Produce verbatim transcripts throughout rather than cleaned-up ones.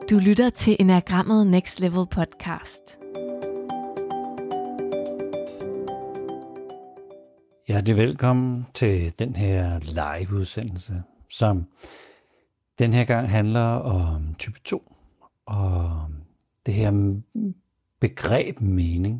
Du lytter til Enagrammet Next Level podcast. Hjertelig velkommen til den her live-udsendelse, som den her gang handler om type to, og det her begreb mening,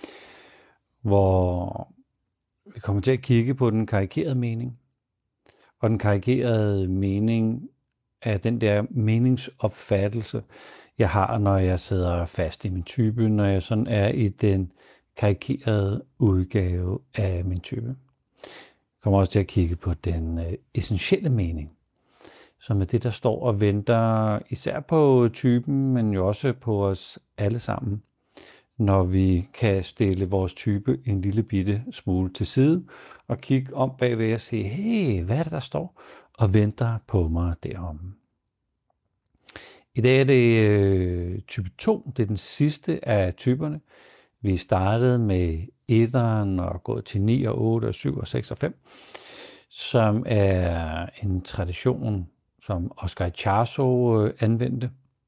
hvor vi kommer til at kigge på den karikerede mening, og den karikerede mening er den der meningsopfattelse, jeg har, når jeg sidder fast i min type, når jeg sådan er i den karikerede udgave af min type. Jeg kommer også til at kigge på den øh, essentielle mening, som er det, der står og venter især på typen, men jo også på os alle sammen, når vi kan stille vores type en lille bitte smule til side og kigge om bagved og se, hey, hvad er det, der står og venter på mig derom. I dag er det øh, type to, det er den sidste af typerne. Vi startede med etteren og gået til ni og otte og syv og seks og fem, som er en tradition, som Oscar Ichazo øh, anvendte.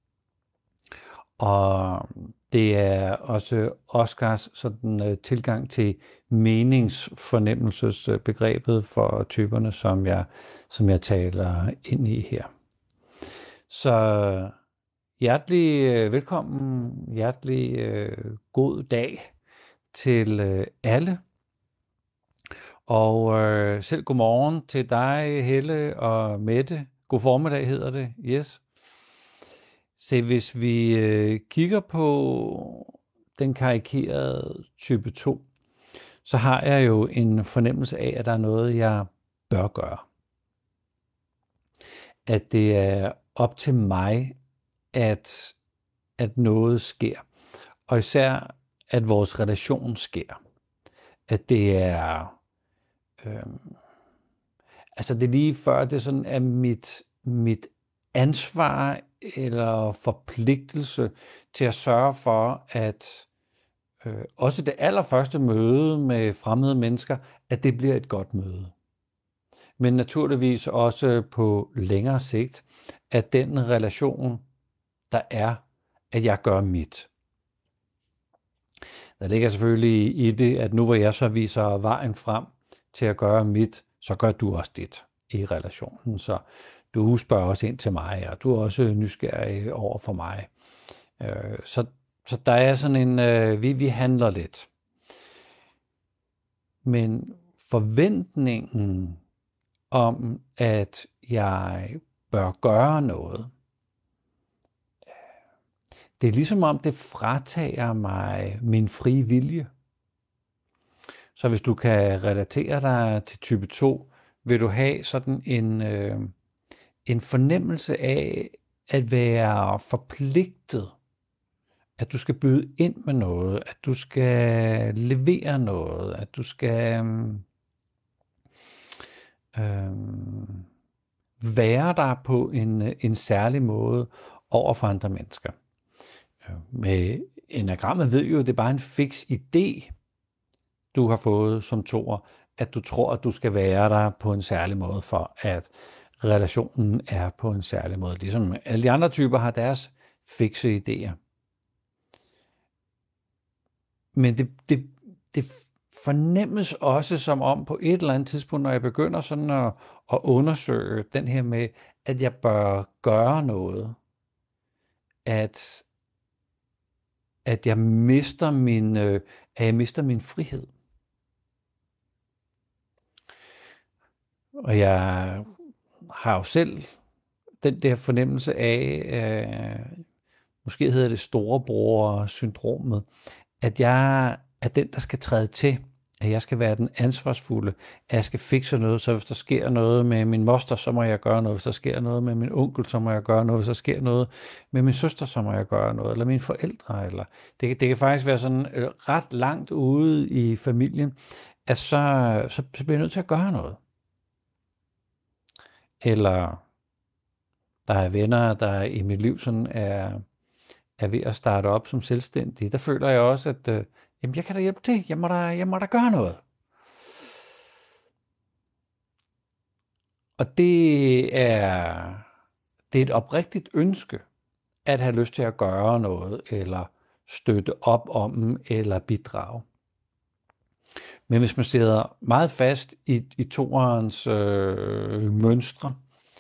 Og det er også Oscars sådan, øh, tilgang til meningsfornemmelsesbegrebet for typerne, som jeg, som jeg taler ind i her. Så hjertelig øh, velkommen, hjertelig øh, god dag til øh, alle. Og øh, selv godmorgen til dig, Helle og Mette. God formiddag hedder det, yes. Så hvis vi øh, kigger på den karikerede type to, så har jeg jo en fornemmelse af, at der er noget, jeg bør gøre. At det er op til mig, at, at noget sker. Og især, at vores relation sker. At det er... Øh, altså det er lige før, det sådan er mit, mit ansvar eller forpligtelse til at sørge for, at øh, også det allerførste møde med fremmede mennesker, at det bliver et godt møde. Men naturligvis også på længere sigt, at den relation, der er, at jeg gør mit. Der ligger selvfølgelig i det, at nu hvor jeg så viser vejen frem til at gøre mit, så gør du også dit i relationen. Så du spørger også ind til mig, og du er også nysgerrig over for mig. Så, så der er sådan en, vi, vi handler lidt. Men forventningen om, at jeg bør gøre noget, det er ligesom om det fratager mig min frie vilje. Så hvis du kan relatere dig til type to, vil du have sådan en, øh, en fornemmelse af at være forpligtet. At du skal byde ind med noget, at du skal levere noget, at du skal øh, være der på en, en særlig måde over for andre mennesker. Med enagrammet ved jo, at det er bare en fiks idé, du har fået som toer, at du tror, at du skal være der på en særlig måde, for at relationen er på en særlig måde. Ligesom alle de andre typer har deres fikse idéer. Men det, det, det fornemmes også som om på et eller andet tidspunkt, når jeg begynder sådan at, at undersøge den her med, at jeg bør gøre noget, at, at jeg mister min, at jeg mister min frihed. Og jeg har jo selv den der fornemmelse af, øh, måske hedder det storebror-syndromet, at jeg er den, der skal træde til, at jeg skal være den ansvarsfulde, at jeg skal fikse noget, så hvis der sker noget med min moster, så må jeg gøre noget, hvis der sker noget med min onkel, så må jeg gøre noget, hvis der sker noget med min søster, så må jeg gøre noget, eller mine forældre, eller det, det kan faktisk være sådan ret langt ude i familien, at så, så, så bliver jeg nødt til at gøre noget. Eller der er venner, der i mit liv sådan er, er ved at starte op som selvstændige. Der føler jeg også, at øh, jamen, jeg kan da hjælpe til. Jeg må da, jeg må da gøre noget. Og det er, det er et oprigtigt ønske at have lyst til at gøre noget, eller støtte op om dem, eller bidrage. Men hvis man sidder meget fast i, i toerens øh, mønstre,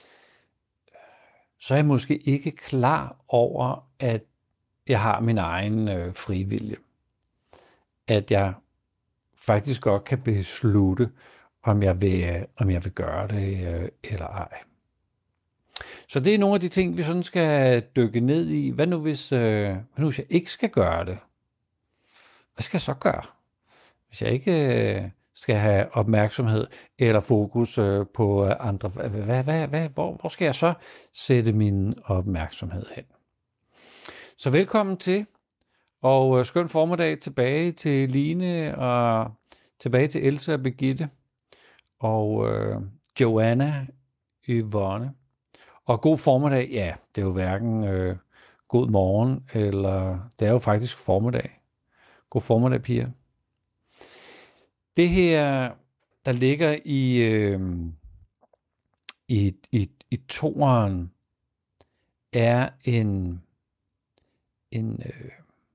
så er jeg måske ikke klar over, at jeg har min egen øh, frivillige. At jeg faktisk godt kan beslutte, om jeg vil, om jeg vil gøre det øh, eller ej. Så det er nogle af de ting, vi sådan skal dykke ned i. Hvad nu hvis, øh, hvad nu, hvis jeg ikke skal gøre det? Hvad skal jeg så gøre? Hvis jeg ikke øh, skal have opmærksomhed eller fokus øh, på andre, hvad, hvad, hvad, hvor, hvor skal jeg så sætte min opmærksomhed hen? Så velkommen til, og øh, skøn formiddag tilbage til Line, og tilbage til Else og Birgitte, og øh, Joanna, Yvonne. Og god formiddag, ja, det er jo hverken øh, god morgen, eller det er jo faktisk formiddag. God formiddag, piger. Det her, der ligger i, øh, i, i, i toeren, er en, en øh,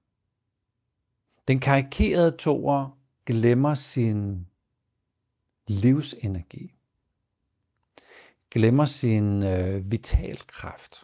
den karikerede toer glemmer sin livsenergi, glemmer sin øh, vitalkraft.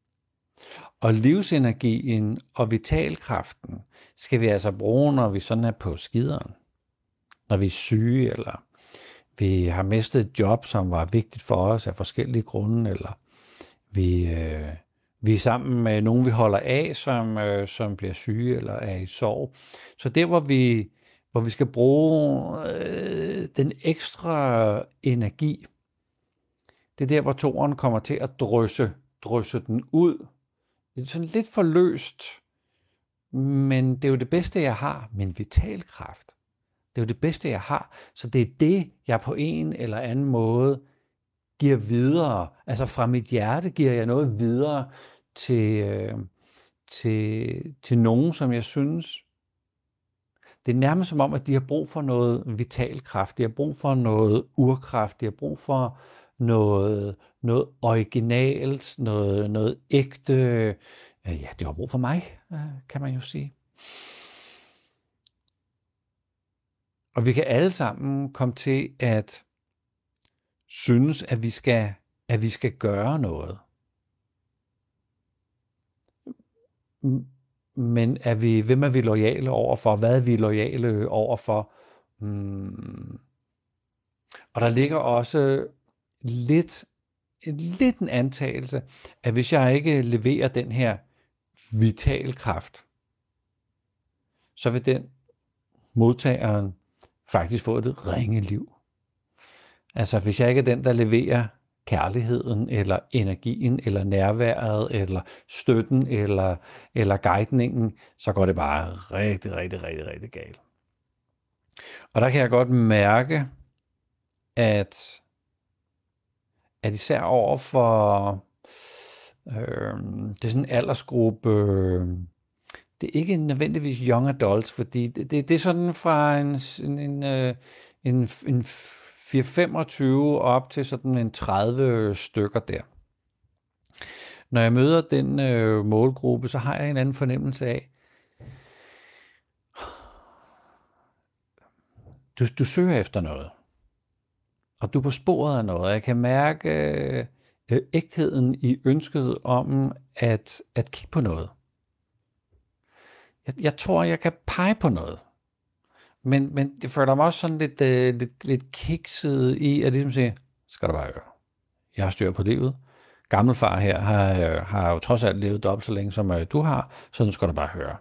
Og livsenergien og vitalkraften skal vi altså bruge, når vi sådan er på skideren. Når vi er syge, eller vi har mistet et job, som var vigtigt for os af forskellige grunde, eller vi, øh, vi er sammen med nogen, vi holder af, som, øh, som bliver syge eller er i sorg. Så der, hvor vi, hvor vi skal bruge øh, den ekstra energi, det er der, hvor toeren kommer til at drysse, drysse den ud. Det er sådan lidt for løst, men det er jo det bedste, jeg har, min vitalkraft. Det er jo det bedste, jeg har. Så det er det, jeg på en eller anden måde giver videre. Altså fra mit hjerte giver jeg noget videre til, øh, til, til nogen, som jeg synes. Det er nærmest som om, at de har brug for noget vitalkraft. De har brug for noget urkraft. De har brug for noget, noget originalt, noget, noget ægte. Ja, de har brug for mig, kan man jo sige. Og vi kan alle sammen komme til at synes, at vi skal, at vi skal gøre noget. Men er vi, hvem er vi loyale overfor? Hvad er vi loyale overfor? Hmm. Og der ligger også lidt, lidt en antagelse, at hvis jeg ikke leverer den her vitalkraft, så vil den modtageren faktisk få et ringe liv. Altså hvis jeg ikke er den, der leverer kærligheden, eller energien, eller nærværet, eller støtten, eller, eller guidningen, så går det bare rigtig, rigtig, rigtig, rigtig galt. Og der kan jeg godt mærke, at, at især over for øh, det er sådan en aldersgruppe, øh, det er ikke nødvendigvis young adults, fordi det, det, det er sådan fra en, en, en, en, en fire femogtyve op til sådan en tredive stykker der. Når jeg møder den øh, målgruppe, så har jeg en anden fornemmelse af, du, du søger efter noget, og du er på sporet af noget. Jeg kan mærke øh, ægtheden i ønsket om at, at kigge på noget. Jeg, jeg tror, jeg kan pege på noget. Men, men det føler mig også sådan lidt, øh, lidt, lidt kikset i, at ligesom sige, skal du bare høre. Jeg har styr på livet. Gammelfar her har, øh, har jo trods alt levet dobbelt så længe, som øh, du har, så nu skal du bare høre.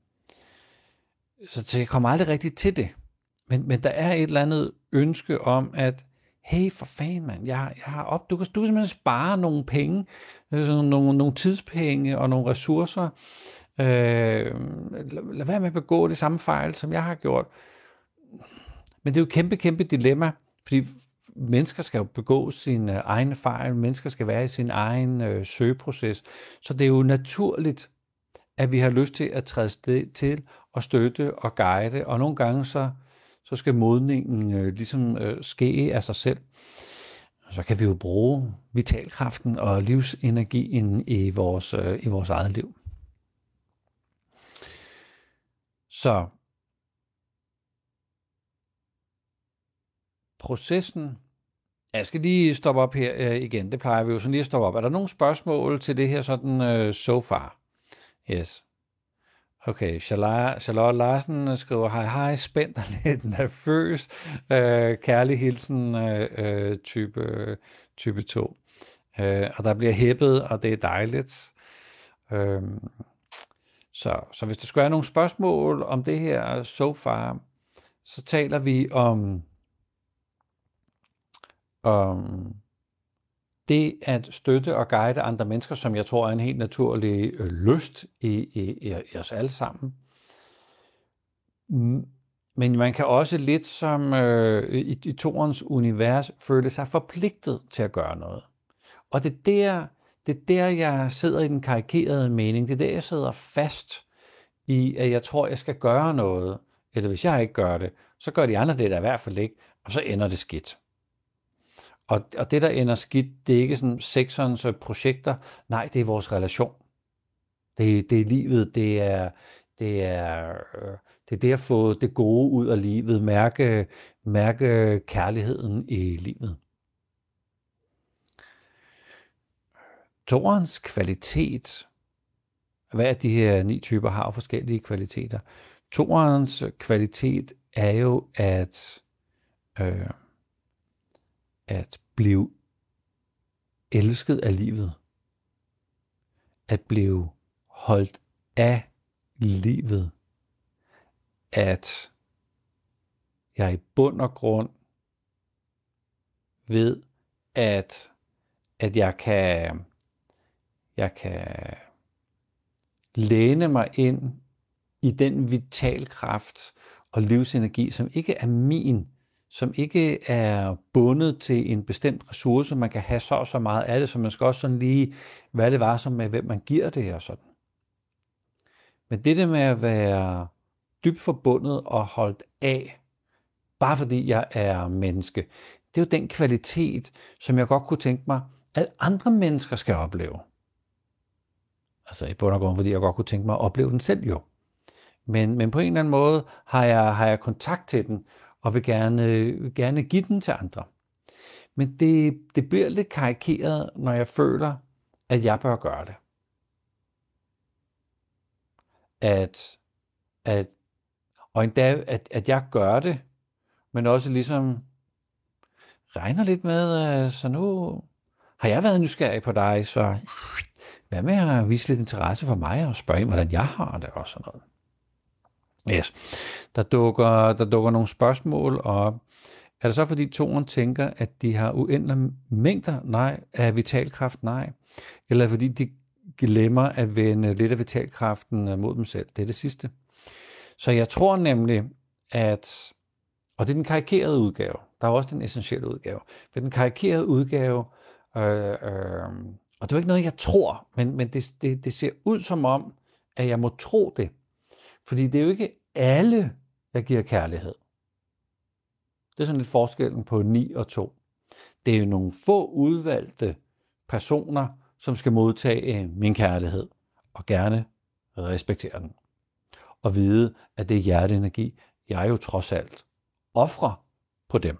Så jeg kommer aldrig rigtigt til det. Men, men der er et eller andet ønske om, at hey, for fanden, mand, jeg, jeg har op, du kan, du kan simpelthen spare nogle penge, nogle, nogle tidspenge og nogle ressourcer. Øh, lad, lad være med at begå det samme fejl, som jeg har gjort. Men det er jo et kæmpe, kæmpe dilemma, fordi mennesker skal jo begå sine egne fejl, mennesker skal være i sin egen øh, søgeproces, så det er jo naturligt, at vi har lyst til at træde sted til og støtte og guide, og nogle gange så, så skal modningen øh, ligesom øh, ske af sig selv. så kan vi jo bruge vitalkraften og livsenergien i vores, øh, i vores eget liv. Så processen. Jeg skal lige stoppe op her øh, igen. Det plejer vi jo sådan lige at stoppe op. Er der nogle spørgsmål til det her sådan øh, so far? Yes. Okay, Charlotte Larsen skriver, hej hej, spændt og lidt nervøs. Øh, kærlig hilsen øh, øh, type, type to. Øh, og der bliver hæppet, og det er dejligt. Øh, så, så hvis der skulle være nogle spørgsmål om det her so far, så taler vi om, om det at støtte og guide andre mennesker, som jeg tror er en helt naturlig øh, lyst i, i, i os alle sammen. Men man kan også lidt som øh, i, i toerens univers føle sig forpligtet til at gøre noget. Og det er der, det er der jeg sidder i den karikerede mening. Det er der, jeg sidder fast i, at jeg tror, jeg skal gøre noget. Eller hvis jeg ikke gør det, så gør de andre det der i hvert fald ikke, og så ender det skidt. Og, og det, der ender skidt, det er ikke sådan sekserens projekter. Nej, det er vores relation. Det, det er livet. Det er, det er, det er det at få det gode ud af livet. Mærke, mærke kærligheden i livet. Toerens kvalitet. Hvad er de her ni typer har forskellige kvaliteter? Toerens kvalitet er jo at... Øh, at blive elsket af livet. At blive holdt af livet. At jeg i bund og grund ved, at, at jeg kan, jeg kan læne mig ind i den vitalkraft og livsenergi, som ikke er min, som ikke er bundet til en bestemt ressource, man kan have så og så meget af det, så man skal også sådan lige være det varsom med, hvem man giver det og sådan. Men det der med at være dybt forbundet og holdt af, bare fordi jeg er menneske, det er jo den kvalitet, som jeg godt kunne tænke mig, at andre mennesker skal opleve. Altså i bund og grund, fordi jeg godt kunne tænke mig at opleve den selv jo. Men, men på en eller anden måde har jeg, har jeg kontakt til den, og vil gerne, gerne give den til andre. Men det, det bliver lidt karikeret, når jeg føler, at jeg bør gøre det. At, at, og endda, at, at jeg gør det, men også ligesom regner lidt med, så nu har jeg været nysgerrig på dig, så hvad med at vise lidt interesse for mig og spørge ind, hvordan jeg har det og sådan noget. Yes. Der dukker, der dukker nogle spørgsmål op. Er det så fordi toeren tænker, at de har uendelige mængder nej, af vitalkraft? Nej. Eller fordi de glemmer at vende lidt af vitalkraften mod dem selv? Det er det sidste. Så jeg tror nemlig, at, og det er den karikerede udgave, der er også den essentielle udgave, men den karikerede udgave, øh, øh, og det er jo ikke noget, jeg tror, men, men det, det, det ser ud som om, at jeg må tro det. Fordi det er jo ikke alle, jeg giver kærlighed. Det er sådan lidt forskellen på ni og to. Det er jo nogle få udvalgte personer, som skal modtage min kærlighed, og gerne respektere den. Og vide, at det er hjerteenergi, jeg jo trods alt ofrer på dem.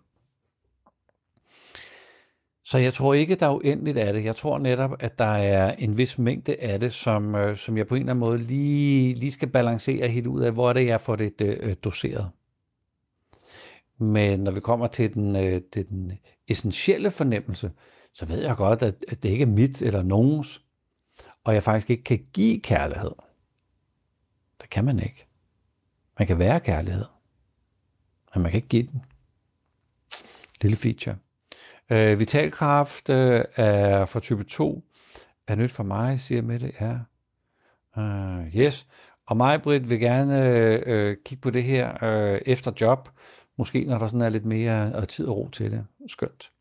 Så jeg tror ikke, der er uendeligt af det. Jeg tror netop, at der er en vis mængde af det, som, øh, som jeg på en eller anden måde lige, lige skal balancere helt ud af, hvor er det, jeg får det øh, doseret. Men når vi kommer til den, øh, til den essentielle fornemmelse, så ved jeg godt, at, at det ikke er mit eller nogens, og jeg faktisk ikke kan give kærlighed. Det kan man ikke. Man kan være kærlighed, men man kan ikke give den. Lille feature. Øh, vitalkraft øh, er for type to. Er nyt for mig, siger Mette. Ja. Uh, yes. Og mig, Britt, vil gerne øh, kigge på det her øh, efter job. Måske når der sådan er lidt mere øh, tid og ro til det. Skønt.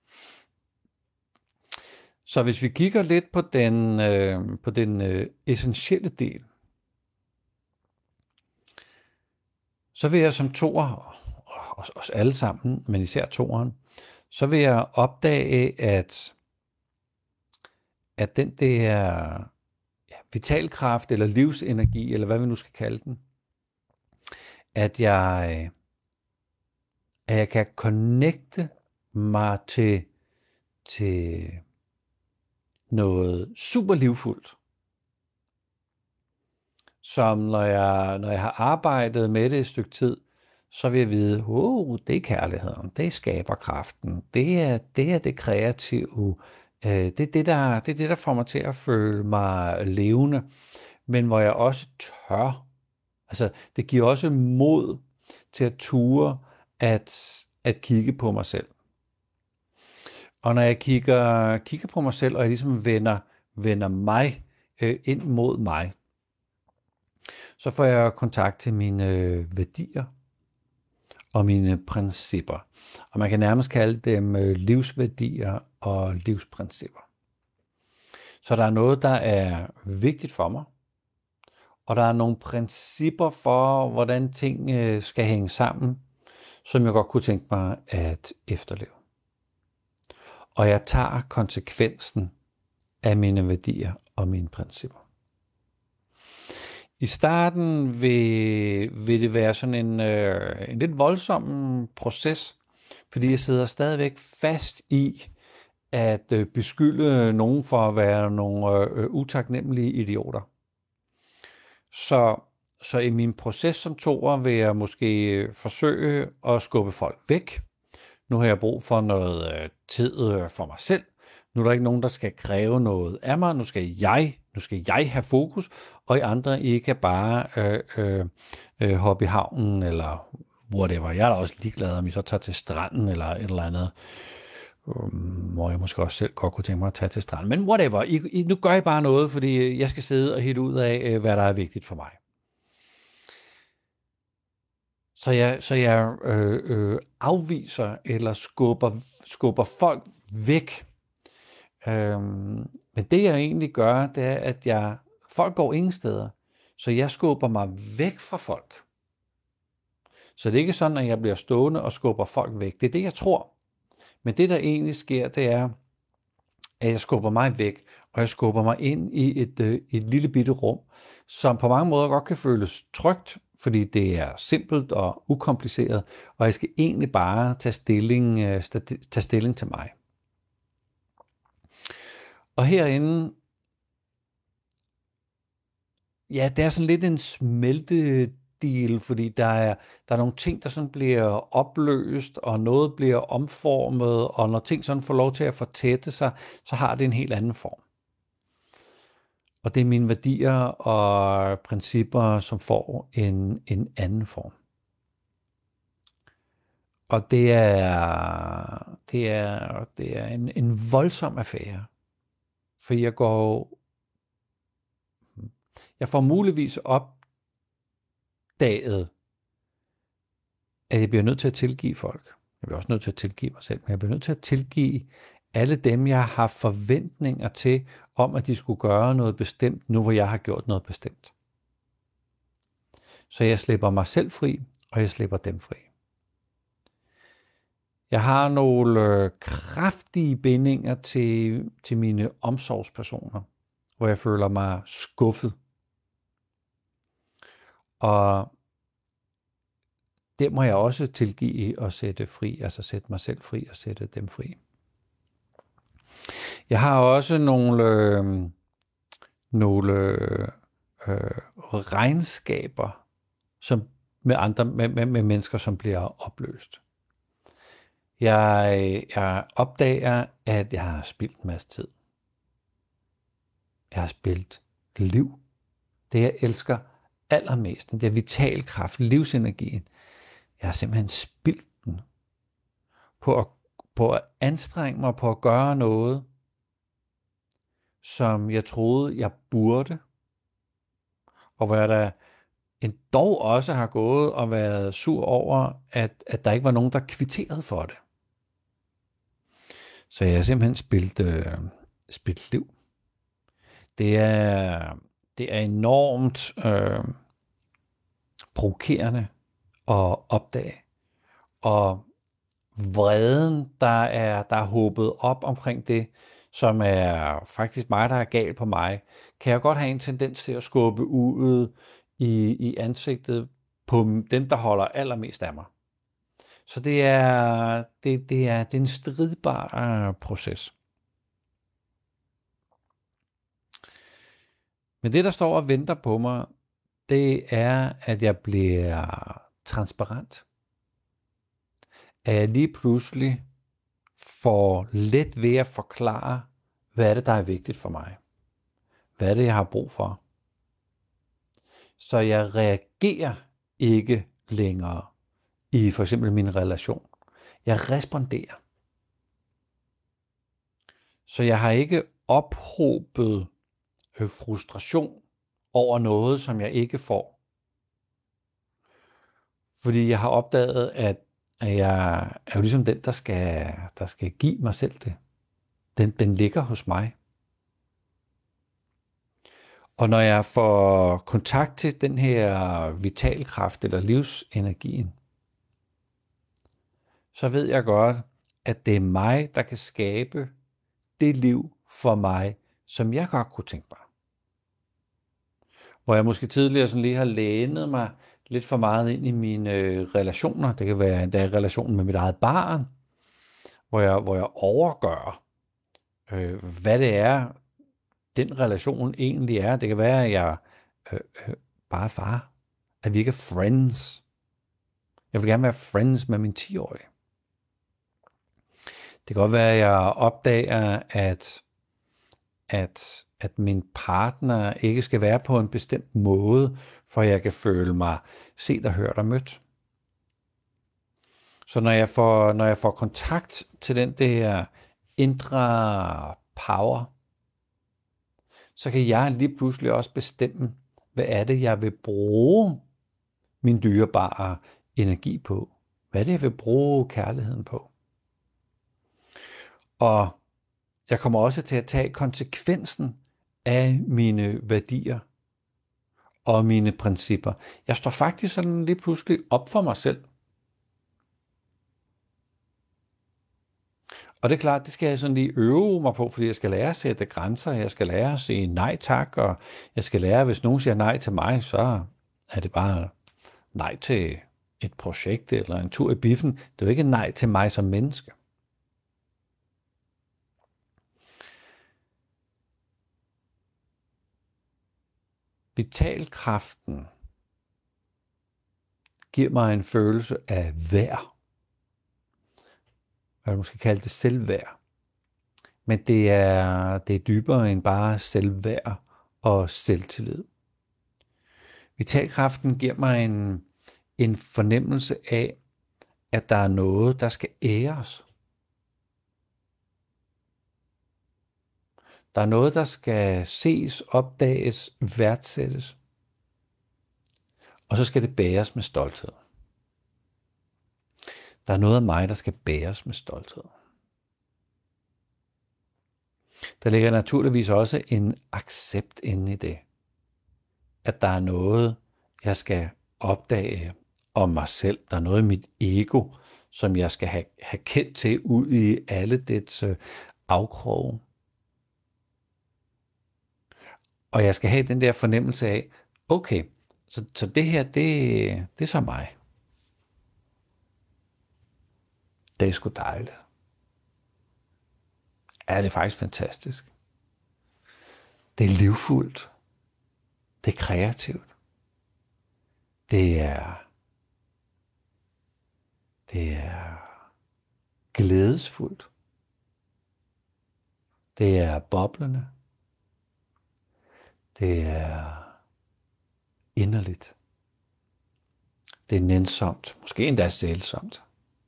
Så hvis vi kigger lidt på den, øh, på den øh, essentielle del, så vil jeg som toer, os, os alle sammen, men især toeren, så vil jeg opdage, at, at den der ja, vitalkraft eller livsenergi, eller hvad vi nu skal kalde den, at jeg, at jeg kan connecte mig til, til noget super livfuldt. Som når jeg, når jeg har arbejdet med det et stykke tid, så vil jeg vide, oh, det er kærligheden, det er skaberkraften, det er det, er det kreative, det er det, der, det er det, der får mig til at føle mig levende, men hvor jeg også tør. Altså, det giver også mod til at ture at, at kigge på mig selv. Og når jeg kigger, kigger på mig selv, og jeg ligesom vender, vender mig øh, ind mod mig, så får jeg kontakt til mine øh, værdier og mine principper. Og man kan nærmest kalde dem øh, livsværdier og livsprincipper. Så der er noget, der er vigtigt for mig, og der er nogle principper for, hvordan ting øh, skal hænge sammen, som jeg godt kunne tænke mig at efterleve. Og jeg tager konsekvensen af mine værdier og mine principper. I starten vil, vil det være sådan en, øh, en lidt voldsom proces, fordi jeg sidder stadigvæk fast i at øh, beskylde nogen for at være nogle øh, utaknemmelige idioter. Så, så i min proces som toer vil jeg måske forsøge at skubbe folk væk. Nu har jeg brug for noget øh, tid øh, for mig selv. Nu er der ikke nogen, der skal kræve noget af mig. Nu skal jeg, nu skal jeg have fokus, og I andre, I kan bare øh, øh, øh, hoppe i havnen, eller whatever. Jeg er da også ligeglad, om I så tager til stranden, eller et eller andet, um, hvor jeg måske også selv godt kunne tænke mig at tage til stranden. Men whatever, I, I, nu gør I bare noget, fordi jeg skal sidde og hitte ud af, hvad der er vigtigt for mig. Så jeg, så jeg øh, øh, afviser eller skubber, skubber folk væk. Øhm, men det jeg egentlig gør, det er, at jeg, folk går ingen steder. Så jeg skubber mig væk fra folk. Så det er ikke sådan, at jeg bliver stående og skubber folk væk. Det er det, jeg tror. Men det, der egentlig sker, det er, at jeg skubber mig væk, og jeg skubber mig ind i et, et lille bitte rum, som på mange måder godt kan føles trygt, fordi det er simpelt og ukompliceret, og jeg skal egentlig bare tage stilling, tage stilling til mig. Og herinde, ja, det er sådan lidt en smeltedil, fordi der er, der er nogle ting, der sådan bliver opløst, og noget bliver omformet, og når ting sådan får lov til at fortætte sig, så har det en helt anden form. Og det er mine værdier og principper, som får en, en anden form. Og det er, det er, det er en, en voldsom affære. For jeg går, jeg får muligvis opdaget, at jeg bliver nødt til at tilgive folk. Jeg bliver også nødt til at tilgive mig selv, men jeg bliver nødt til at tilgive alle dem, jeg har forventninger til, om at de skulle gøre noget bestemt, nu hvor jeg har gjort noget bestemt. Så jeg slipper mig selv fri, og jeg slipper dem fri. Jeg har nogle kraftige bindinger til, til mine omsorgspersoner, hvor jeg føler mig skuffet. Og det må jeg også tilgive og sætte fri, altså sætte mig selv fri og sætte dem fri. Jeg har også nogle, øh, nogle øh, regnskaber som med, andre, med, med, med mennesker, som bliver opløst. Jeg, jeg opdager, at jeg har spildt en masse tid. Jeg har spildt liv. Det jeg elsker allermest, det er vital kraft, livsenergien. Jeg har simpelthen spildt den på at, på at anstrenge mig på at gøre noget, som jeg troede, jeg burde. Og hvor jeg da endog også har gået og været sur over, at, at der ikke var nogen, der kvitterede for det. Så jeg har simpelthen spildt, øh, spildt liv. Det er, det er enormt øh, provokerende at opdage. Og vreden, der er, der er håbet op omkring det, som er faktisk mig, der er galt på mig, kan jeg godt have en tendens til at skubbe ud i, i ansigtet på dem, der holder allermest af mig. Så det er, det, det er, det er en stridbar uh, proces. Men det, der står og venter på mig, det er, at jeg bliver transparent. At jeg lige pludselig får let ved at forklare, hvad er det, der er vigtigt for mig. Hvad er det, jeg har brug for. Så jeg reagerer ikke længere i for eksempel min relation. Jeg responderer. Så jeg har ikke ophobet frustration over noget, som jeg ikke får. Fordi jeg har opdaget, at jeg er jo ligesom den, der skal, der skal give mig selv det. Den, den ligger hos mig. Og når jeg får kontakt til den her vitalkraft eller livsenergien, så ved jeg godt, at det er mig, der kan skabe det liv for mig, som jeg godt kunne tænke mig. Hvor jeg måske tidligere sådan lige har lænet mig lidt for meget ind i mine øh, relationer. Det kan være endda relationen med mit eget barn, hvor jeg, hvor jeg overgør, øh, hvad det er, den relation egentlig er. Det kan være, at jeg øh, øh, bare er far. At vi ikke er friends. Jeg vil gerne være friends med min ti-årige. Det kan godt være, at jeg opdager, at, at, at min partner ikke skal være på en bestemt måde, for jeg kan føle mig set og hørt og mødt. Så når jeg får, når jeg får kontakt til den der indre power, så kan jeg lige pludselig også bestemme, hvad er det, jeg vil bruge min dyrebare energi på. Hvad er det, jeg vil bruge kærligheden på? Og jeg kommer også til at tage konsekvensen af mine værdier og mine principper. Jeg står faktisk sådan lige pludselig op for mig selv. Og det er klart, det skal jeg sådan lige øve mig på, fordi jeg skal lære at sætte grænser, jeg skal lære at sige nej tak, og jeg skal lære, at hvis nogen siger nej til mig, så er det bare nej til et projekt eller en tur i biffen. Det er jo ikke nej til mig som menneske. Vitalkraften giver mig en følelse af værd. Jeg vil måske kalde det selvværd. Men det er, det er dybere end bare selvværd og selvtillid. Vitalkraften giver mig en, en fornemmelse af, at der er noget, der skal æres. Der er noget, der skal ses, opdages, værdsættes. Og så skal det bæres med stolthed. Der er noget af mig, der skal bæres med stolthed. Der ligger naturligvis også en accept inde i det. At der er noget, jeg skal opdage om mig selv. Der er noget i mit ego, som jeg skal have, have kendt til ud i alle dets afkroge. Og jeg skal have den der fornemmelse af, okay, så, så det her, det, det er så mig. Det er sgu dejligt. Ja, det er faktisk fantastisk. Det er livfuldt. Det er kreativt. Det er, det er glædesfuldt. Det er boblende. Det er inderligt. Det er nænsomt. Måske endda sælsomt.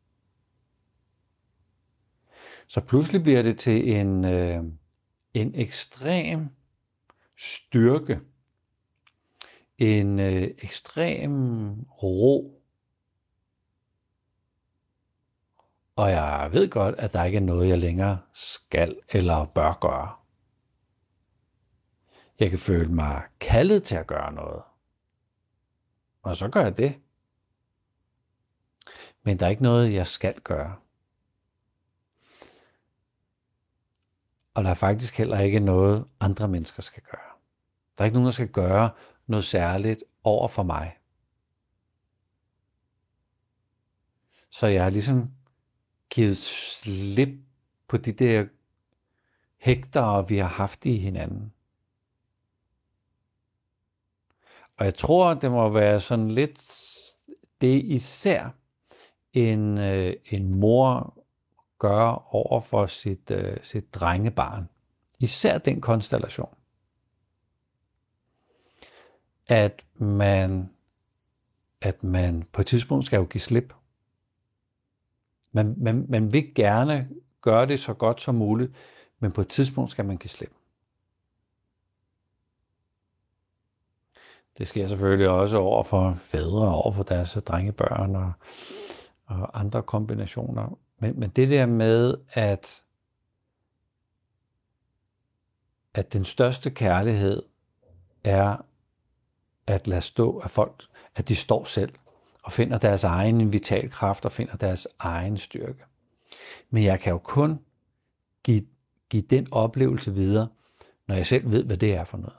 Så pludselig bliver det til en, øh, en ekstrem styrke. En øh, ekstrem ro. Og jeg ved godt, at der ikke er noget, jeg længere skal eller bør gøre. Jeg kan føle mig kaldet til at gøre noget. Og så gør jeg det. Men der er ikke noget, jeg skal gøre. Og der er faktisk heller ikke noget, andre mennesker skal gøre. Der er ikke nogen, der skal gøre noget særligt over for mig. Så jeg har ligesom givet slip på de der hektar, vi har haft i hinanden. Og jeg tror, det må være sådan lidt det især en, øh, en mor gør over for sit, øh, sit drengebarn. Især den konstellation. At man, at man på et tidspunkt skal jo give slip. Man, man, man vil gerne gøre det så godt som muligt, men på et tidspunkt skal man give slip. Det sker selvfølgelig også over for fædre, over for deres drengebørn og, og andre kombinationer. Men, men det der med, at, at den største kærlighed er at lade stå af folk, at de står selv og finder deres egen vitalkraft og finder deres egen styrke. Men jeg kan jo kun give, give den oplevelse videre, når jeg selv ved, hvad det er for noget.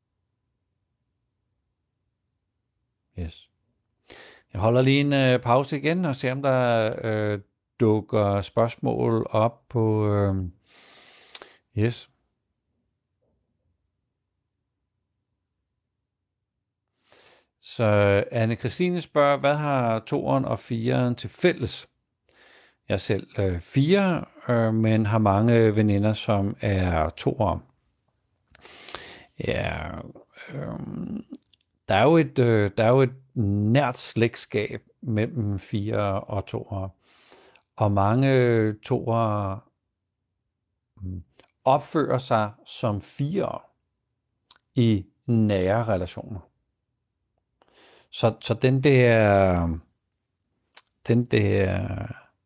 Yes. Jeg holder lige en uh, pause igen og ser, om der uh, dukker spørgsmål op på... Uh, yes. Så Anne-Christine spørger, hvad har toeren og fireren til fælles? Jeg er selv øh, fire, øh, men har mange veninder, som er toer. Ja, øh, der er jo et, øh, der er jo et nært slægtskab mellem fire og toer. Og mange toer opfører sig som fire i nære relationer. Så, så den der, den der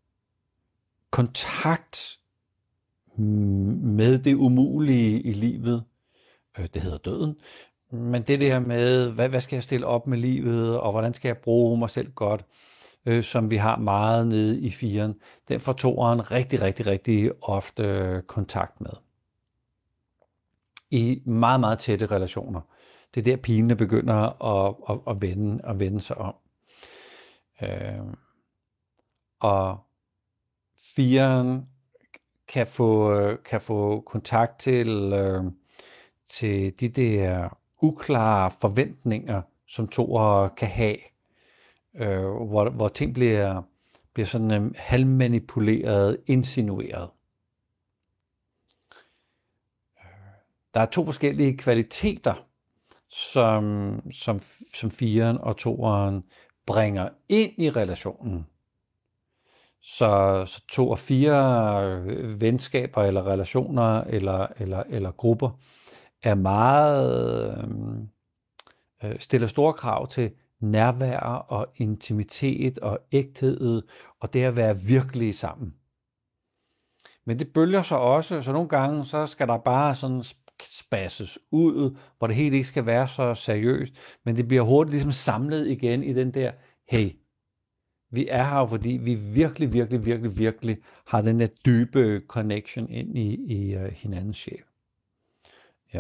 kontakt med det umulige i livet, øh, det hedder døden, men det der med, hvad, hvad skal jeg stille op med livet, og hvordan skal jeg bruge mig selv godt, øh, som vi har meget nede i firen, den får toeren rigtig, rigtig, rigtig ofte kontakt med. I meget, meget tætte relationer. Det er der pilene begynder at, at, at, vende, at vende sig om. Øh, og firen kan få, kan få kontakt til, øh, til de der uklare forventninger, som toer kan have, øh, hvor, hvor ting bliver, bliver sådan øh, halvmanipuleret, insinueret. Der er to forskellige kvaliteter, som, som, som fireren og toeren bringer ind i relationen. Så, så to og fire venskaber eller relationer eller, eller, eller grupper er meget, øh, stiller store krav til nærvær og intimitet og ægthed og det at være virkelig sammen. Men det bølger så også, så nogle gange så skal der bare sådan spasses ud, hvor det helt ikke skal være så seriøst, men det bliver hurtigt ligesom samlet igen i den der, hey, vi er her, fordi vi virkelig, virkelig, virkelig, virkelig har den der dybe connection ind i, i uh, hinandens sjæl. Ja.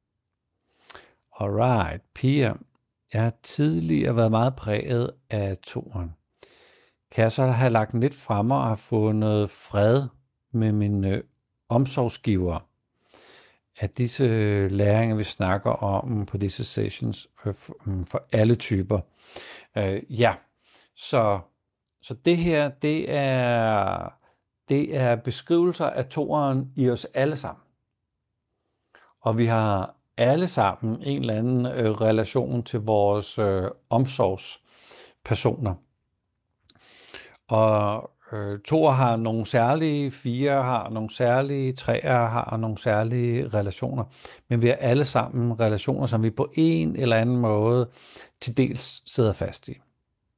Alright, Pia. Jeg har tidligere været meget præget af toeren. Kan jeg så have lagt den lidt fremme og have fundet fred med mine omsorgsgiver? At disse læringer, vi snakker om på disse sessions, øh, for, for alle typer. Øh, ja, så, så det her, det er, det er beskrivelser af toeren i os alle sammen. Og vi har alle sammen en eller anden øh, relation til vores øh, omsorgspersoner. Og øh, toer har nogle særlige, fire har nogle særlige, treer har nogle særlige relationer. Men vi har alle sammen relationer, som vi på en eller anden måde til dels sidder fast i.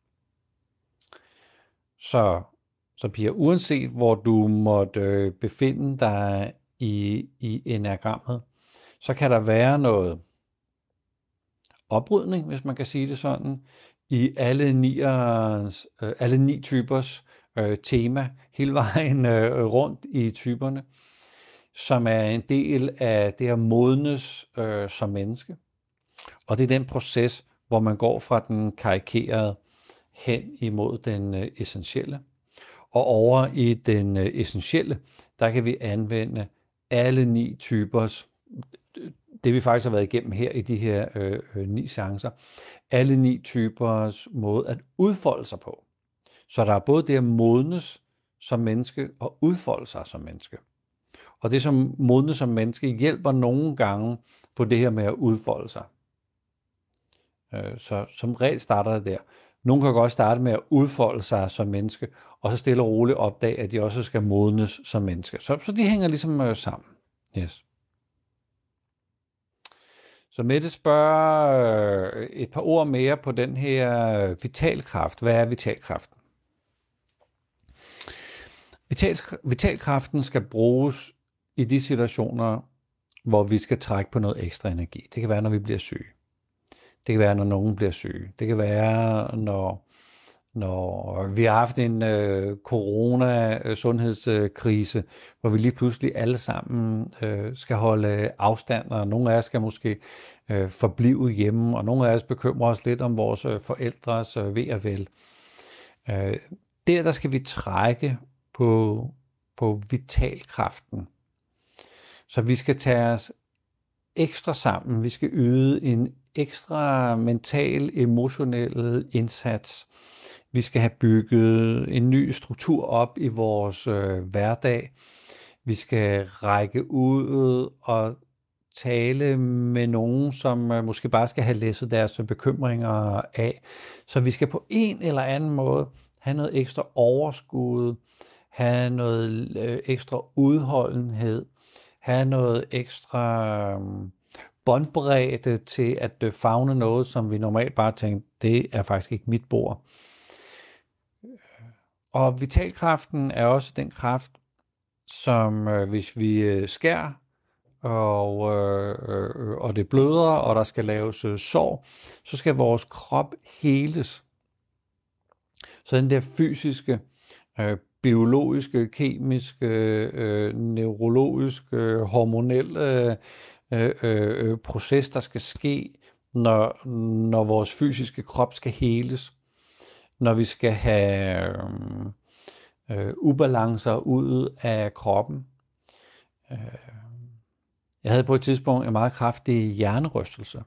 Så, så Pia, uanset hvor du måtte øh, befinde dig i, i enagrammet, så kan der være noget oprydning, hvis man kan sige det sådan, i alle, niers, øh, alle ni typers øh, tema, hele vejen øh, rundt i typerne. som er en del af det at modnes øh, som menneske. Og det er den proces, hvor man går fra den karikerede hen imod den øh, essentielle. Og over i den øh, essentielle, der kan vi anvende alle ni typers, det vi faktisk har været igennem her i de her øh, øh, ni seancer, alle ni typers måde at udfolde sig på. Så der er både det at modnes som menneske og udfolde sig som menneske. Og det som modnes som menneske hjælper nogle gange på det her med at udfolde sig. Så som regel starter det der. Nogle kan godt starte med at udfolde sig som menneske, og så stille og roligt opdage, at de også skal modnes som menneske. Så, så de hænger ligesom øh, sammen. Yes. Så Mette spørger øh, et par ord mere på den her vitalkraft. Hvad er vitalkraften? Vital, vitalkraften skal bruges i de situationer, hvor vi skal trække på noget ekstra energi. Det kan være, når vi bliver syge. Det kan være, når nogen bliver syge. Det kan være, når, når vi har haft en øh, corona-sundhedskrise, hvor vi lige pludselig alle sammen øh, skal holde afstand, og nogle af os skal måske øh, forblive hjemme, og nogle af os bekymrer os lidt om vores øh, forældres øh, ve og vel. Øh, der, der skal vi trække på, på vitalkraften. Så vi skal tage os ekstra sammen. Vi skal yde en ekstra mental, emotionel indsats. Vi skal have bygget en ny struktur op i vores øh, hverdag. Vi skal række ud og tale med nogen, som øh, måske bare skal have læsset deres bekymringer af. Så vi skal på en eller anden måde have noget ekstra overskud, have noget øh, ekstra udholdenhed, have noget ekstra øh, båndbredde til at øh, favne noget, som vi normalt bare tænker, det er faktisk ikke mit bord. Og vitalkraften er også den kraft, som øh, hvis vi øh, skærer, og, øh, øh, og det bløder, og der skal laves øh, sår, så skal vores krop heles. Så den der fysiske, øh, biologiske, kemiske, øh, neurologiske, hormonelle øh, øh, proces, der skal ske, når, når vores fysiske krop skal heles. Når vi skal have øh, ubalancer ud af kroppen. Øh, jeg havde på et tidspunkt en meget kraftig hjernerystelse.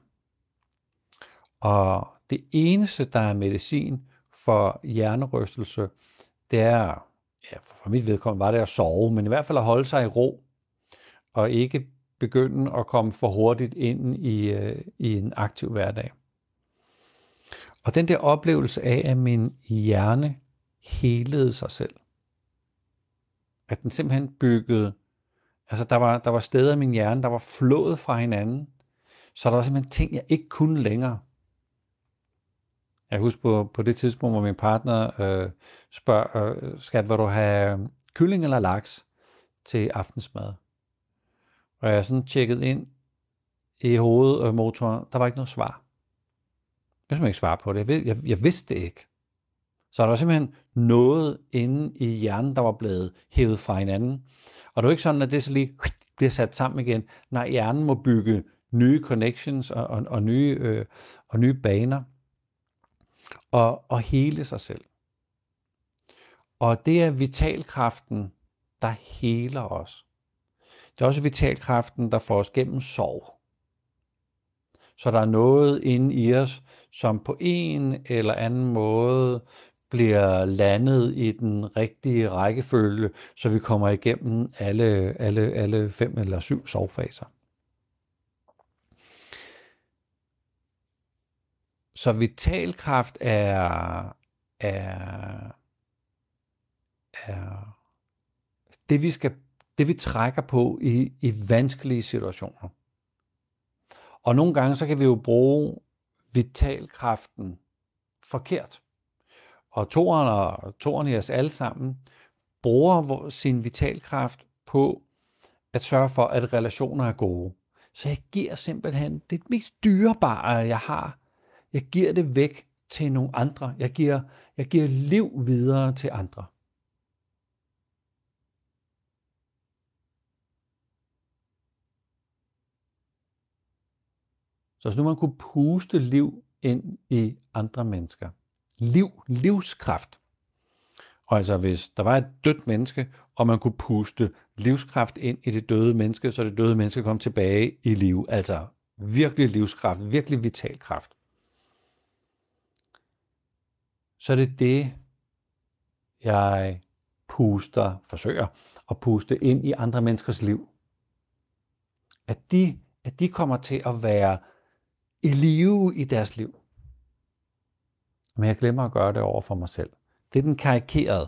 Og det eneste, der er medicin for hjernerystelse, det er, ja, for mit vedkommende var det at sove, men i hvert fald at holde sig i ro, og ikke begynde at komme for hurtigt ind i, øh, i en aktiv hverdag. Og den der oplevelse af, at min hjerne helede sig selv. At den simpelthen byggede, altså der var, der var steder i min hjerne, der var flået fra hinanden, så der var simpelthen ting, jeg ikke kunne længere. Jeg husker på, på det tidspunkt, hvor min partner øh, spørger, øh, skat, vil du have kylling eller laks til aftensmad? Og jeg sådan tjekket ind i hovedmotoren, der var ikke noget svar. Jeg kan ikke svare på det. Jeg, jeg, jeg vidste det ikke. Så der var simpelthen noget inde i hjernen, der var blevet hævet fra hinanden. Og det er jo ikke sådan, at det så lige bliver sat sammen igen. Nej, hjernen må bygge nye connections og, og, og, nye, øh, og nye baner. Og, og hele sig selv. Og det er vitalkraften, der heler os. Det er også vitalkraften, der får os gennem sorg. Så der er noget inde i os, som på en eller anden måde bliver landet i den rigtige rækkefølge, så vi kommer igennem alle, alle, alle fem eller syv sorgfaser. Så vitalkraft er, er, er det, vi skal, det, vi trækker på i, i vanskelige situationer. Og nogle gange, så kan vi jo bruge vitalkraften forkert. Og toren og toren i os alle sammen bruger sin vitalkraft på at sørge for, at relationer er gode. Så jeg giver simpelthen det mest dyrebare, jeg har. Jeg giver det væk til nogle andre. Jeg giver, jeg giver liv videre til andre. Så hvis nu man kunne puste liv ind i andre mennesker, liv, livskraft, og altså hvis der var et dødt menneske, og man kunne puste livskraft ind i det døde menneske, så det døde menneske kom tilbage i liv, altså virkelig livskraft, virkelig vital kraft, så er det det, jeg puster, forsøger at puste ind i andre menneskers liv. At de, at de kommer til at være i live i deres liv. Men jeg glemmer at gøre det over for mig selv. Det er den karikerede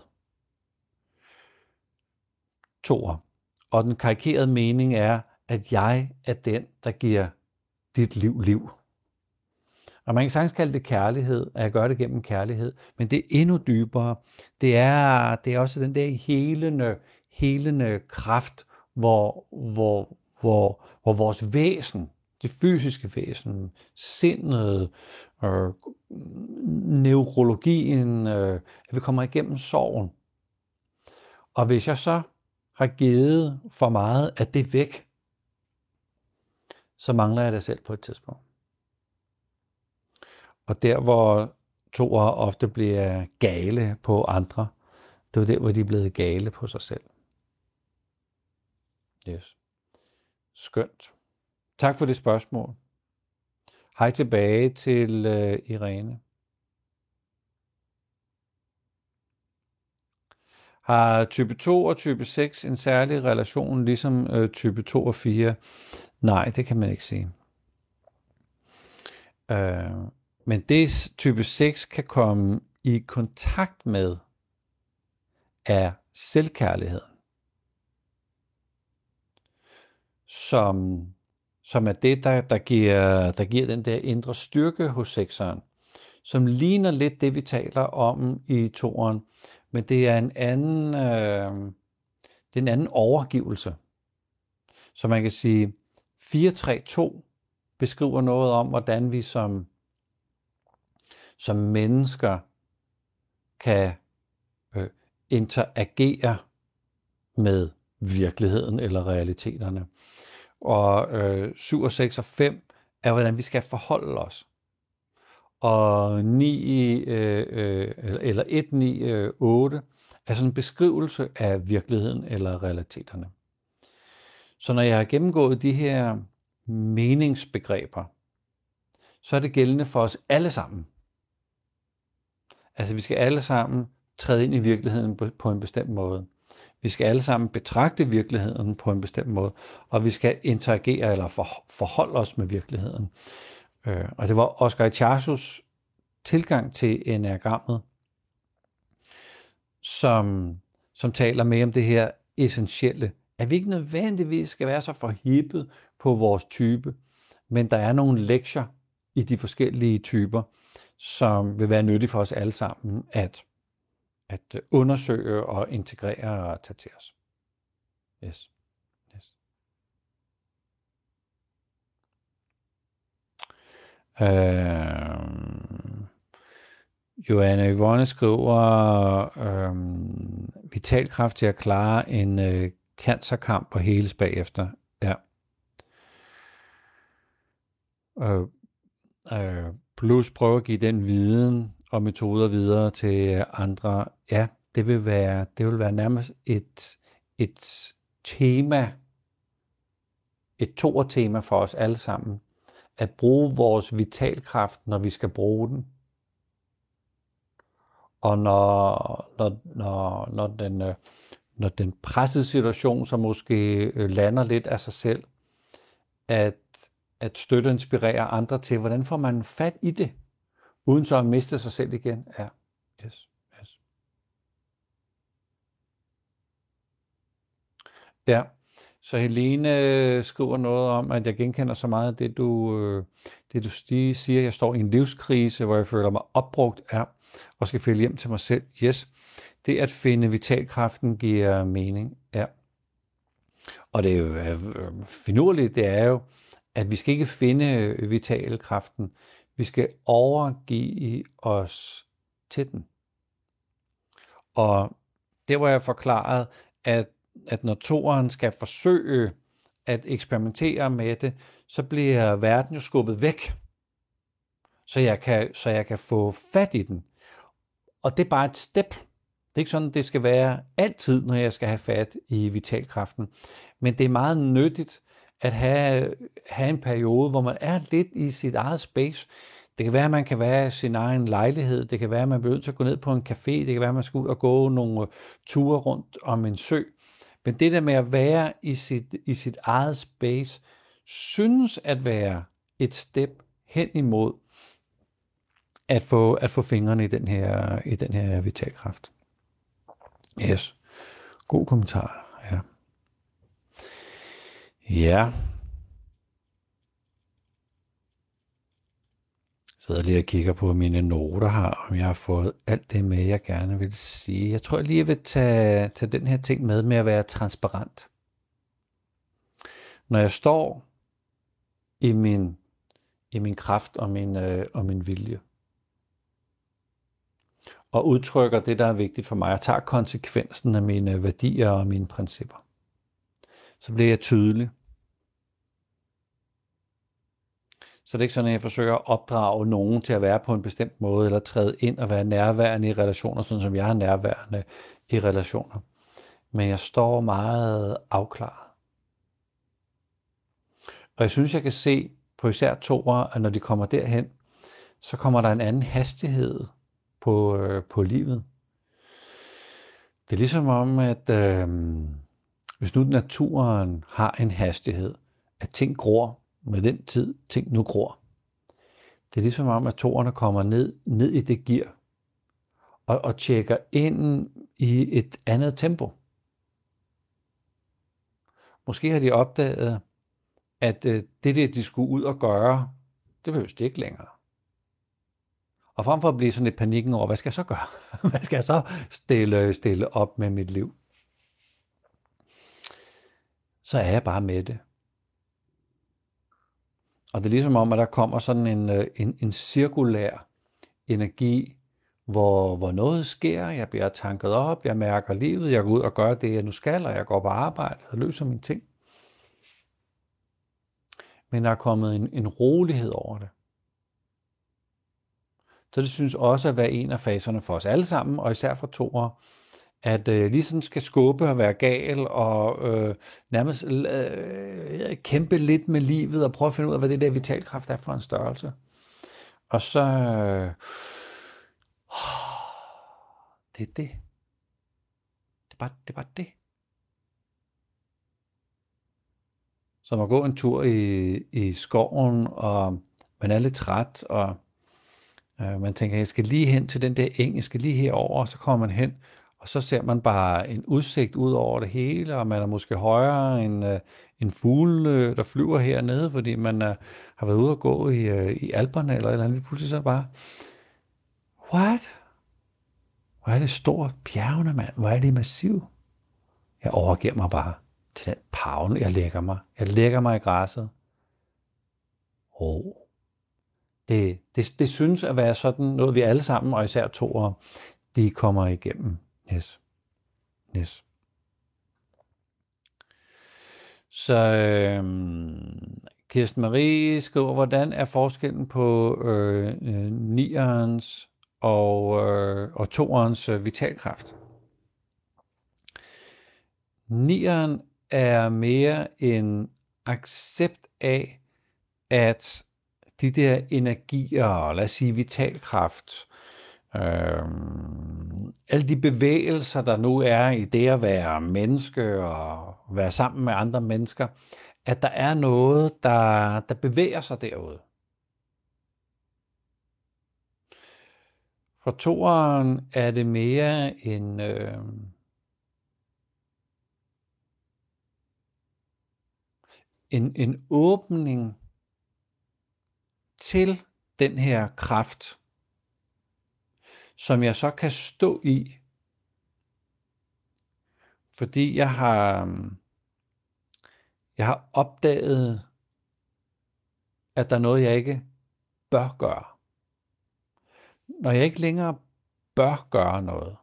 toer. Og den karikerede mening er, at jeg er den, der giver dit liv liv. Og man kan sagtens kalde det kærlighed, at jeg gør det gennem kærlighed, men det er endnu dybere. Det er, det er også den der helende, helende kraft, hvor, hvor, hvor, hvor vores væsen, det fysiske væsen, sindet, øh, neurologien, øh, at vi kommer igennem sorgen. Og hvis jeg så har givet for meget af det væk, så mangler jeg det selv på et tidspunkt. Og der, hvor toer ofte bliver gale på andre, det er der, hvor de er blevet gale på sig selv. Yes. Skønt. Tak for det spørgsmål. Hej tilbage til uh, Irene. Har type to og type seks en særlig relation, ligesom uh, type to og fire? Nej, det kan man ikke sige. Uh, men det type seks kan komme i kontakt med, er selvkærligheden. Som, som er det, der, der, giver, der giver den der indre styrke hos sekseren, som ligner lidt det, vi taler om i toeren, men det er en anden, øh, det er en anden overgivelse. Så man kan sige, fire tre to beskriver noget om, hvordan vi som, som mennesker kan øh, interagere med virkeligheden eller realiteterne. Og øh, syv og seks og fem er, hvordan vi skal forholde os. Og ni, øh, øh, eller et, ni, øh, otte er sådan en beskrivelse af virkeligheden eller realiteterne. Så når jeg har gennemgået de her meningsbegreber, så er det gældende for os alle sammen. Altså vi skal alle sammen træde ind i virkeligheden på, på en bestemt måde. Vi skal alle sammen betragte virkeligheden på en bestemt måde, og vi skal interagere eller for, forholde os med virkeligheden. Øh, og det var Oscar Ichazus tilgang til enagrammet, som, som taler mere om det her essentielle, at vi ikke nødvendigvis skal være så forhippet på vores type, men der er nogle lektier i de forskellige typer, som vil være nyttige for os alle sammen at at undersøge og integrere og tage til os. Yes. Yes. Øh, Joanne Yvonne skriver, øh, vital kraft til at klare en øh, cancerkamp og heles bagefter. Ja. Øh, øh, plus prøve at give den viden og metoder videre til andre. Ja, det vil være, det vil være nærmest et, et tema, et toer-tema for os alle sammen, at bruge vores vitalkraft, når vi skal bruge den. Og når, når, når, når, den, når den pressede situation, som måske lander lidt af sig selv, at, at støtte og inspirere andre til, hvordan får man fat i det, uden så at miste sig selv igen. Ja, yes, yes. Ja, så Helene skriver noget om, at jeg genkender så meget af det, du, det, du siger. Jeg står i en livskrise, hvor jeg føler mig opbrugt ja, og skal følge hjem til mig selv. Yes, det at finde vitalkraften giver mening. Ja. Og det er jo finurligt, det er jo, at vi skal ikke finde vitalkraften. Vi skal overgive os til den. Og det var jeg forklaret, at, at når toeren skal forsøge at eksperimentere med det, så bliver verden jo skubbet væk, så jeg kan, så jeg kan få fat i den. Og det er bare et step. Det er ikke sådan, det skal være altid, når jeg skal have fat i vitalkraften. Men det er meget nyttigt at have, have en periode, hvor man er lidt i sit eget space. Det kan være, at man kan være i sin egen lejlighed. Det kan være, at man bliver nødt til at gå ned på en café. Det kan være, at man skal ud og gå nogle ture rundt om en sø. Men det der med at være i sit, i sit eget space, synes at være et step hen imod at få, at få fingrene i den her, i den her vitalkraft. Yes. God kommentar. Ja. Ja. Så jeg lige og kigger på mine noter her, om jeg har fået alt det med, jeg gerne vil sige. Jeg tror jeg lige, jeg vil tage, tage den her ting med, med at være transparent. Når jeg står i min, i min kraft og min, øh, og min vilje, og udtrykker det, der er vigtigt for mig, og tager konsekvensen af mine værdier og mine principper, så bliver jeg tydelig. Så det er ikke sådan, at jeg forsøger at opdrage nogen til at være på en bestemt måde, eller træde ind og være nærværende i relationer, sådan som jeg er nærværende i relationer. Men jeg står meget afklaret. Og jeg synes, jeg kan se på især toer, at når de kommer derhen, så kommer der en anden hastighed på, øh, på livet. Det er ligesom om, at øh, hvis nu naturen har en hastighed, at ting gror med den tid, ting nu gror. Det er ligesom om, at toerne kommer ned, ned i det gear, og, og tjekker ind i et andet tempo. Måske har de opdaget, at øh, det, det de skulle ud og gøre, det behøves det ikke længere. Og frem for at blive sådan lidt panikken over, hvad skal jeg så gøre? Hvad skal jeg så stille, stille op med mit liv? Så er jeg bare med det. Og det er ligesom om, at der kommer sådan en, en, en cirkulær energi, hvor, hvor noget sker, jeg bliver tanket op, jeg mærker livet, jeg går ud og gør det, jeg nu skal, og jeg går på arbejde og løser mine ting. Men der er kommet en, en rolighed over det. Så det synes også at være en af faserne for os alle sammen, og især for toere, at øh, ligesom skal skubbe og være gal, og øh, nærmest øh, kæmpe lidt med livet, og prøve at finde ud af, hvad det der vitalkraft er for en størrelse. Og så, øh, det er det. Det er bare det. Er bare det. Som at gå en tur i, i skoven, og man er lidt træt, og øh, man tænker, jeg skal lige hen til den der eng, jeg skal lige herover, og så kommer man hen, og så ser man bare en udsigt ud over det hele, og man er måske højere end øh, en fugle, der flyver hernede, fordi man øh, har været ude at gå i, øh, i Alperne, eller et eller andet. Pludselig så bare, what? Hvor er det stort bjergene, mand? Hvor er det massivt? Jeg overgiver mig bare til den pavne, jeg lægger mig. Jeg lægger mig i græsset. Ro. Det, det, det synes at være sådan noget, vi alle sammen, og især toere, de kommer igennem. Yes. Yes. Så øhm, Kirsten Marie skriver, hvordan er forskellen på øh, øh, nierens og, øh, og toerens øh, vitalkraft? Nieren er mere en accept af, at de der energier, lad os sige vitalkraft, øh, alle de bevægelser, der nu er i det at være menneske og være sammen med andre mennesker, at der er noget, der, der bevæger sig derude. For toeren er det mere en, øh, en, en åbning til den her kraft, som jeg så kan stå i, fordi jeg har, jeg har opdaget, at der er noget, jeg ikke bør gøre. Når jeg ikke længere bør gøre noget,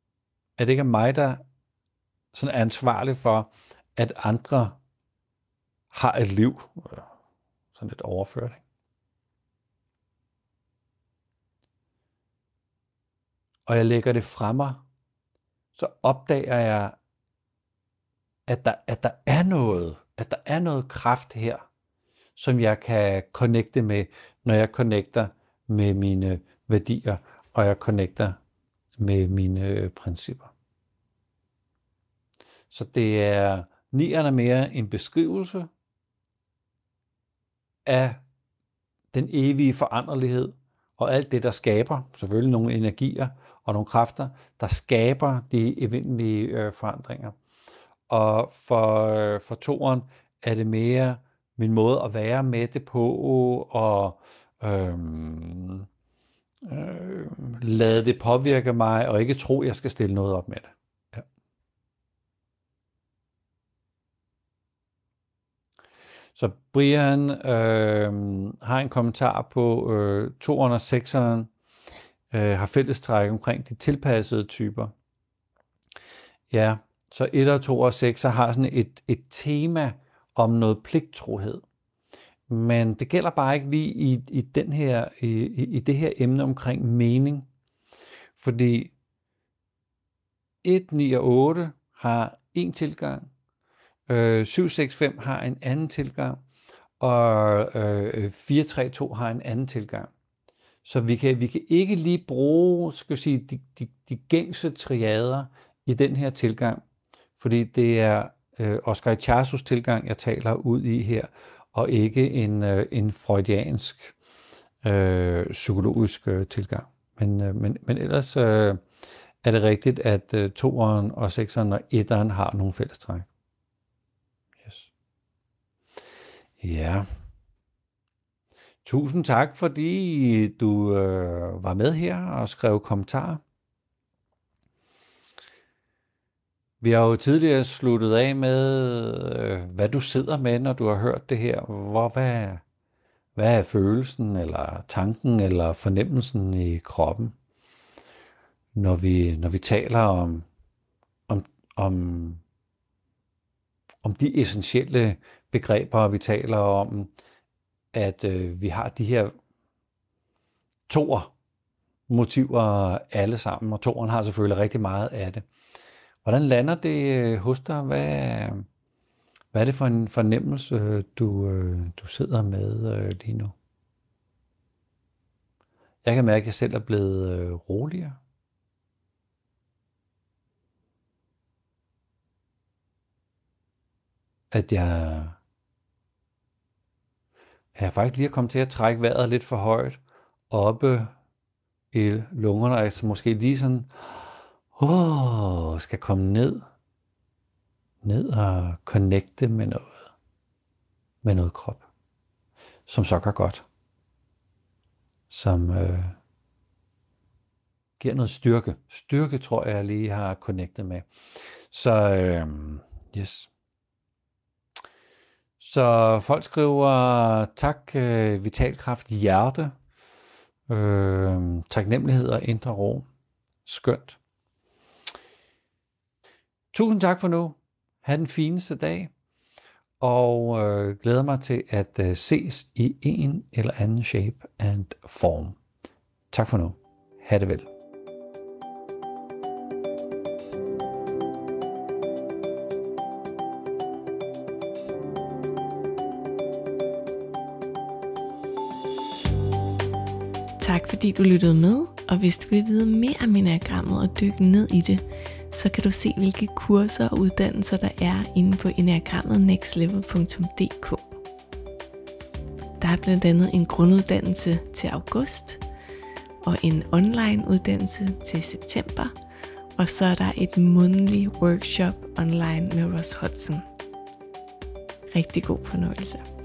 at det ikke er mig, der sådan er ansvarlig for, at andre har et liv, sådan lidt overført. Ikke? Og jeg lægger det fra mig, så opdager jeg, at der, at der er noget, at der er noget kraft her, som jeg kan connecte med, når jeg connecter med mine værdier, og jeg connecter med mine principper. Så det er nieren mere en beskrivelse af den evige foranderlighed, og alt det, der skaber, selvfølgelig nogle energier og nogle kræfter, der skaber de evindelige øh, forandringer. Og for, øh, for toeren er det mere min måde at være med det på, og øh, øh, lade det påvirke mig, og ikke tro, jeg skal stille noget op med det. Ja. Så Brian øh, har en kommentar på øh, toeren og sekseren, øh, har fællestræk omkring de tilpassede typer. Ja, så et og to og sekser har sådan et, et tema om noget pligttrohed. Men det gælder bare ikke lige i, i, den her, i, i det her emne omkring mening. Fordi et, ni og otte har en tilgang, øh, syv, seks, fem har en anden tilgang, og øh, fire, tre, to har en anden tilgang. Så vi kan, vi kan ikke lige bruge, skal jeg sige, de, de, de gængse triader i den her tilgang, fordi det er øh, Oscar Ichazus tilgang, jeg taler ud i her, og ikke en, øh, en freudiansk øh, psykologisk øh, tilgang. Men, øh, men, men ellers øh, er det rigtigt, at øh, toeren og sekseren og etteren har nogle fællestræk. Yes. Ja. Tusind tak, fordi du øh, var med her og skrev kommentarer. Vi har jo tidligere sluttet af med, øh, hvad du sidder med, når du har hørt det her. Hvor, hvad, hvad er følelsen, eller tanken, eller fornemmelsen i kroppen, når vi, når vi taler om, om, om, om de essentielle begreber, vi taler om, at øh, vi har de her toer motiver alle sammen, og toeren har selvfølgelig rigtig meget af det. Hvordan lander det hos dig? Hvad, hvad er det for en fornemmelse, du, du sidder med lige nu? Jeg kan mærke, at jeg selv er blevet roligere. At jeg, at jeg faktisk lige er kommet til at trække vejret lidt for højt oppe i lungerne, altså måske lige sådan, åh, skal komme ned, ned og connecte med noget, med noget krop, som så gør godt, som øh, giver noget styrke. Styrke tror jeg, jeg lige har connectet med. Så øh, yes. Så folk skriver, tak, øh, Vitalkraft Hjerte, øh, taknemmelighed og indre ro. Skønt. Tusind tak for nu. Ha' den fineste dag, og øh, glæder mig til at øh, ses i en eller anden shape and form. Tak for nu. Ha' det vel. Tak fordi du lyttede med, og hvis du vil vide mere om enneagrammet og dykke ned i det, så kan du se, hvilke kurser og uddannelser der er inde på enneagrammet next level punktum d k. Der er blandt andet en grunduddannelse til august, og en online uddannelse til september, og så er der et månedligt workshop online med Ross Hudson. Rigtig god fornøjelse.